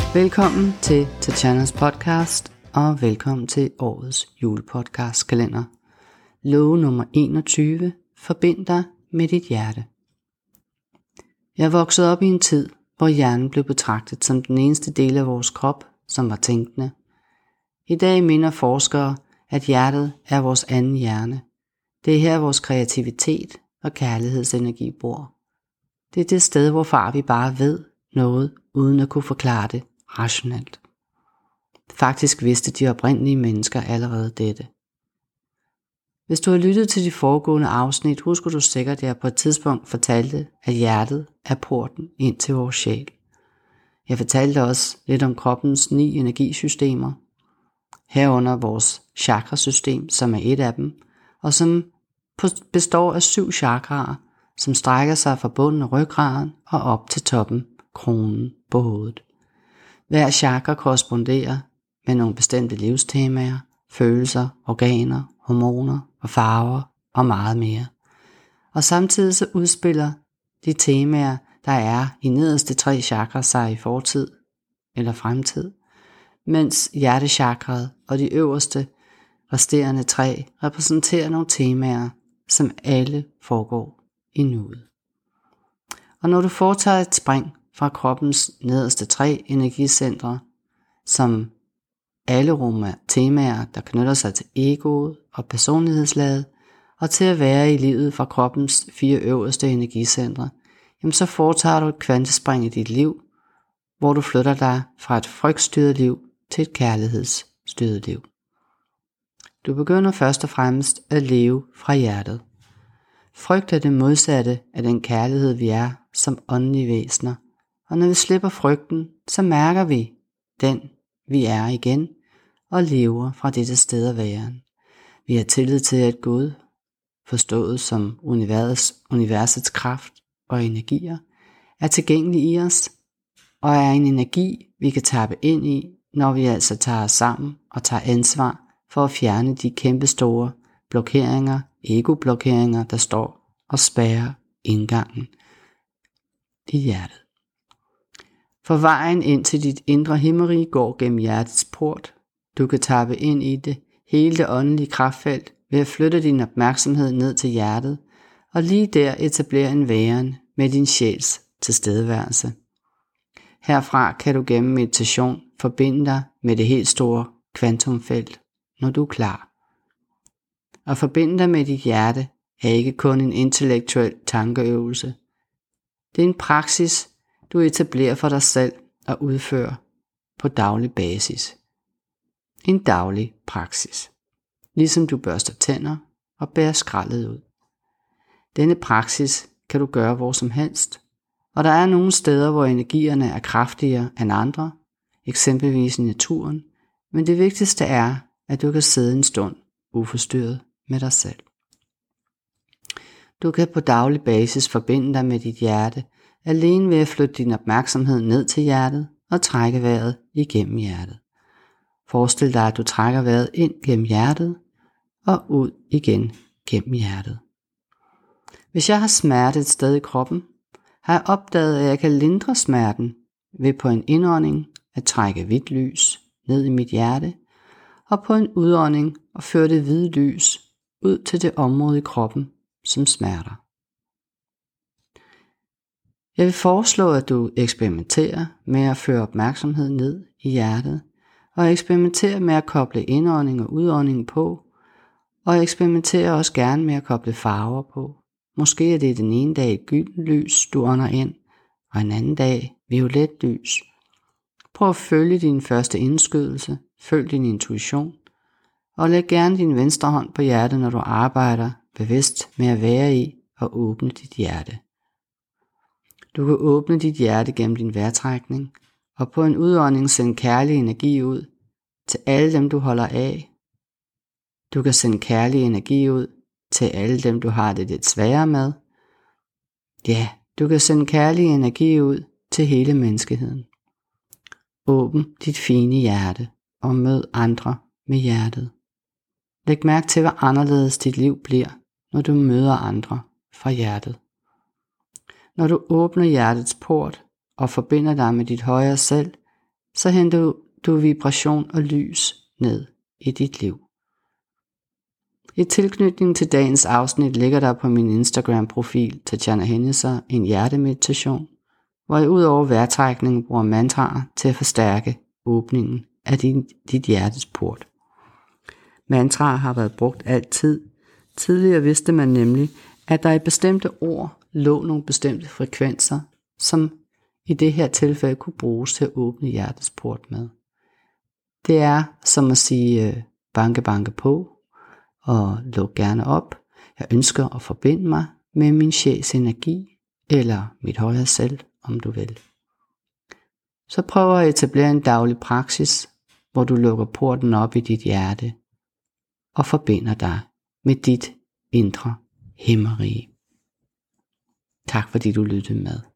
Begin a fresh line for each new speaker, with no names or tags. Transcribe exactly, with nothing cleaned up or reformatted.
Velkommen til Tatjanas podcast, og velkommen til årets julepodcastkalender. Love nummer enogtyve. Forbind dig med dit hjerte. Jeg voksede op i en tid, hvor hjernen blev betragtet som den eneste del af vores krop, som var tænkende. I dag mener forskere, at hjertet er vores anden hjerne. Det er her vores kreativitet og kærlighedsenergi bor. Det er det sted, hvorfra vi bare ved noget, uden at kunne forklare det rationelt. Faktisk vidste de oprindelige mennesker allerede dette. Hvis du har lyttet til de foregående afsnit, husker du sikkert, at jeg på et tidspunkt fortalte, at hjertet er porten ind til vores sjæl. Jeg fortalte også lidt om kroppens ni energisystemer, herunder vores chakrasystem, som er et af dem, og som består af syv chakraer, som strækker sig fra bunden af ryggraden og op til toppen, kronen på hovedet. Hver chakra korresponderer med nogle bestemte livstemaer, følelser, organer, hormoner og farver og meget mere. Og samtidig så udspiller de temaer, der er i nederste tre chakra sig i fortid eller fremtid, mens hjertechakraet og de øverste resterende tre repræsenterer nogle temaer, som alle foregår i nuet. Og når du foretager et spring fra kroppens nederste tre energicentre, som alle rummer temaer, der knytter sig til egoet og personlighedslaget, og til at være i livet fra kroppens fire øverste energicentre, jamen så foretager du et kvantespring i dit liv, hvor du flytter dig fra et frygtstyret liv til et kærlighedsstyret liv. Du begynder først og fremmest at leve fra hjertet. Frygt er det modsatte af den kærlighed, vi er som åndelige væsener, og når vi slipper frygten, så mærker vi den, vi er igen, og lever fra dette sted af væren. Vi har tillid til, at Gud, forstået som universets, universets kraft og energier, er tilgængelig i os, og er en energi, vi kan tappe ind i, når vi altså tager os sammen og tager ansvar for at fjerne de kæmpestore blokeringer, ego-blokeringer, der står og spærrer indgangen i hjertet. For vejen ind til dit indre himmerige går gennem hjertets port. Du kan tappe ind i det hele det åndelige kraftfelt ved at flytte din opmærksomhed ned til hjertet, og lige der etablere en væren med din sjæls tilstedeværelse. Herfra kan du gennem meditation forbinde dig med det helt store kvantumfelt, når du er klar. At forbinde dig med dit hjerte er ikke kun en intellektuel tankeøvelse. Det er en praksis, du etablerer for dig selv og udfører på daglig basis. En daglig praksis. Ligesom du børster tænder og bærer skraldet ud. Denne praksis kan du gøre hvor som helst, og der er nogle steder, hvor energierne er kraftigere end andre, eksempelvis i naturen, men det vigtigste er, at du kan sidde en stund uforstyrret med dig selv. Du kan på daglig basis forbinde dig med dit hjerte, alene ved at flytte din opmærksomhed ned til hjertet og trække vejret igennem hjertet. Forestil dig, at du trækker vejret ind gennem hjertet og ud igen gennem hjertet. Hvis jeg har smerte et sted i kroppen, har jeg opdaget, at jeg kan lindre smerten ved på en indånding at trække hvidt lys ned i mit hjerte, og på en udånding at føre det hvide lys ud til det område i kroppen, som smerter. Jeg vil foreslå, at du eksperimenterer med at føre opmærksomhed ned i hjertet, og eksperimenterer med at koble indånding og udånding på, og eksperimenterer også gerne med at koble farver på. Måske er det den ene dag et gyldent lys, du ånder ind, og en anden dag violet lys. Prøv at følge din første indskydelse, følg din intuition, og læg gerne din venstre hånd på hjertet, når du arbejder bevidst med at være i og åbne dit hjerte. Du kan åbne dit hjerte gennem din vejrtrækning, og på en udånding sende kærlig energi ud til alle dem, du holder af. Du kan sende kærlig energi ud til alle dem, du har det lidt sværere med. Ja, du kan sende kærlig energi ud til hele menneskeheden. Åbn dit fine hjerte og mød andre med hjertet. Læg mærke til, hvor anderledes dit liv bliver, når du møder andre fra hjertet. Når du åbner hjertets port og forbinder dig med dit højere selv, så henter du, du vibration og lys ned i dit liv. I tilknytning til dagens afsnit ligger der på min Instagram-profil Tatjana Henniser en hjertemeditation, hvor jeg ud over vejrtrækning bruger mantraer til at forstærke åbningen af din, dit hjertes port. Mantraer har været brugt altid. Tidligere vidste man nemlig, at der i bestemte ord lå nogle bestemte frekvenser, som i det her tilfælde kunne bruges til at åbne hjertets port med. Det er som at sige banke banke på og luk gerne op. Jeg ønsker at forbinde mig med min sjæls energi eller mit højere selv, om du vil. Så prøv at etablere en daglig praksis, hvor du lukker porten op i dit hjerte og forbinder dig med dit indre himmerige. Tak fordi du lyttede med.